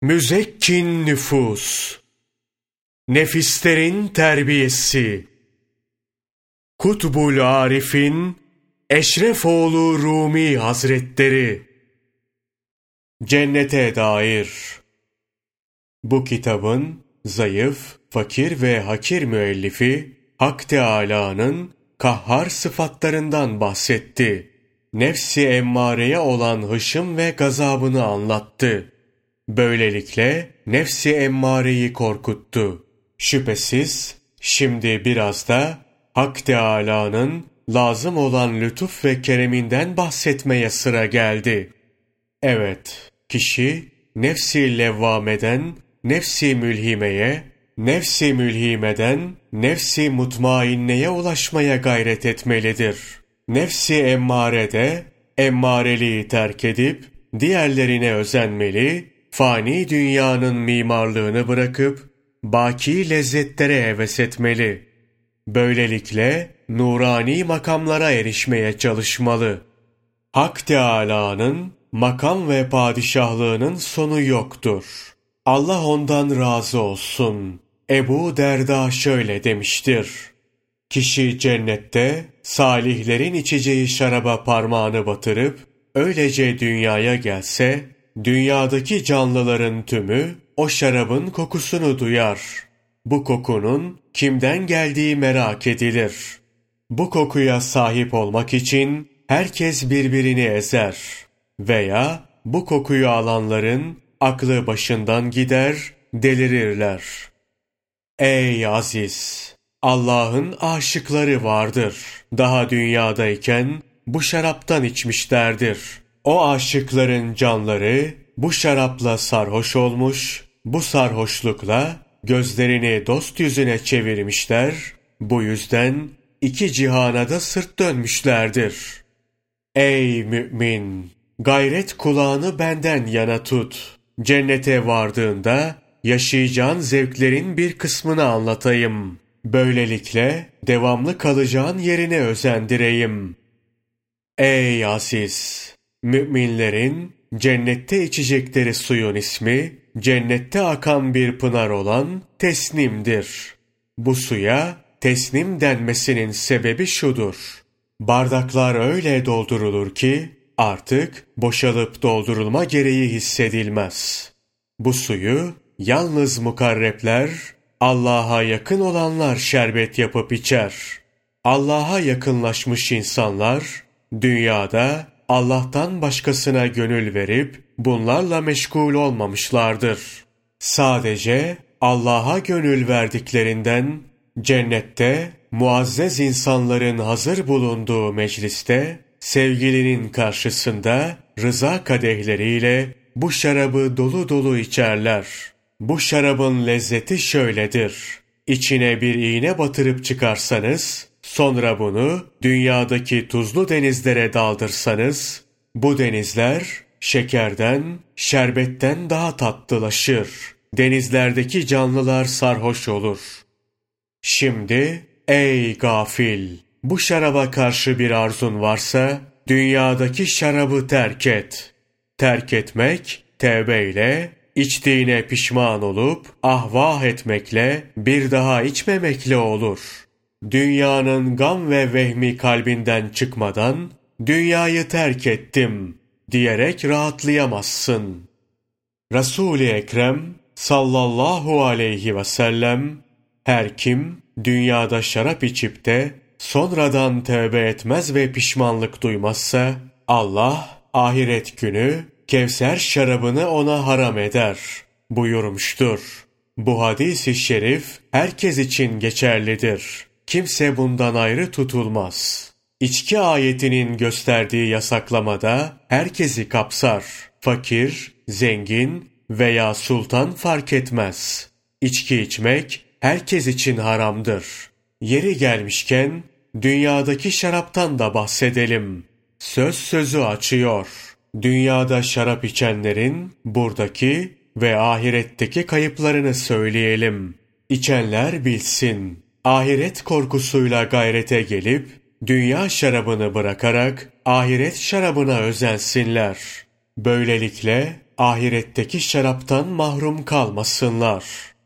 Müzekkin nüfus, nefislerin terbiyesi, Kutbul Arif'in Eşrefoğlu Rumi Hazretleri, Cennete dair. Bu kitabın zayıf, fakir ve hakir müellifi, Hak Teâlâ'nın kahhar sıfatlarından bahsetti. Nefsi emmareye olan hışım ve gazabını anlattı. Böylelikle nefsi emmareyi korkuttu. Şüphesiz şimdi biraz da Hak Teâlâ'nın lazım olan lütuf ve kereminden bahsetmeye sıra geldi. Evet, kişi nefsi levvameden nefsi mülhimeye, nefsi mülhimeden nefsi mutmainneye ulaşmaya gayret etmelidir. Nefsi emmarede emmareliği terk edip diğerlerine özenmeli, fani dünyanın mimarlığını bırakıp baki lezzetlere heves etmeli. Böylelikle nurani makamlara erişmeye çalışmalı. Hak Teâlâ'nın makam ve padişahlığının sonu yoktur. Allah ondan razı olsun. Ebu Derda şöyle demiştir: Kişi cennette salihlerin içeceği şaraba parmağını batırıp öylece dünyaya gelse, dünyadaki canlıların tümü o şarabın kokusunu duyar. Bu kokunun kimden geldiği merak edilir. Bu kokuya sahip olmak için herkes birbirini ezer veya bu kokuyu alanların aklı başından gider, delirirler. Ey aziz! Allah'ın aşıkları vardır. Daha dünyadayken bu şaraptan içmişlerdir. O aşıkların canları bu şarapla sarhoş olmuş, bu sarhoşlukla gözlerini dost yüzüne çevirmişler, bu yüzden iki cihana da sırt dönmüşlerdir. Ey mümin! Gayret kulağını benden yana tut. Cennete vardığında yaşayacağın zevklerin bir kısmını anlatayım. Böylelikle devamlı kalacağın yerine özendireyim. Ey aziz! Müminlerin cennette içecekleri suyun ismi, cennette akan bir pınar olan tesnimdir. Bu suya tesnim denmesinin sebebi şudur: bardaklar öyle doldurulur ki artık boşalıp doldurulma gereği hissedilmez. Bu suyu yalnız mukarrepler, Allah'a yakın olanlar şerbet yapıp içer. Allah'a yakınlaşmış insanlar dünyada Allah'tan başkasına gönül verip bunlarla meşgul olmamışlardır. Sadece Allah'a gönül verdiklerinden cennette muazzez insanların hazır bulunduğu mecliste sevgilinin karşısında rıza kadehleriyle bu şarabı dolu dolu içerler. Bu şarabın lezzeti şöyledir: İçine bir iğne batırıp çıkarsanız, sonra bunu dünyadaki tuzlu denizlere daldırsanız, bu denizler şekerden, şerbetten daha tatlılaşır. Denizlerdeki canlılar sarhoş olur. Şimdi ey gafil! Bu şaraba karşı bir arzun varsa, dünyadaki şarabı terk et. Terk etmek, tevbeyle, içtiğine pişman olup, ahvah etmekle, bir daha içmemekle olur. Dünyanın gam ve vehmi kalbinden çıkmadan, dünyayı terk ettim diyerek rahatlayamazsın. Resul-i Ekrem sallallahu aleyhi ve sellem, her kim dünyada şarap içip de sonradan tövbe etmez ve pişmanlık duymazsa, Allah ahiret günü Kevser şarabını ona haram eder buyurmuştur. Bu hadis-i şerif herkes için geçerlidir. Kimse bundan ayrı tutulmaz. İçki ayetinin gösterdiği yasaklamada herkesi kapsar. Fakir, zengin veya sultan fark etmez. İçki içmek herkes için haramdır. Yeri gelmişken dünyadaki şaraptan da bahsedelim. Söz sözü açıyor. Dünyada şarap içenlerin buradaki ve ahiretteki kayıplarını söyleyelim. İçenler bilsin. Ahiret korkusuyla gayrete gelip dünya şarabını bırakarak ahiret şarabına özensinler. Böylelikle ahiretteki şaraptan mahrum kalmasınlar.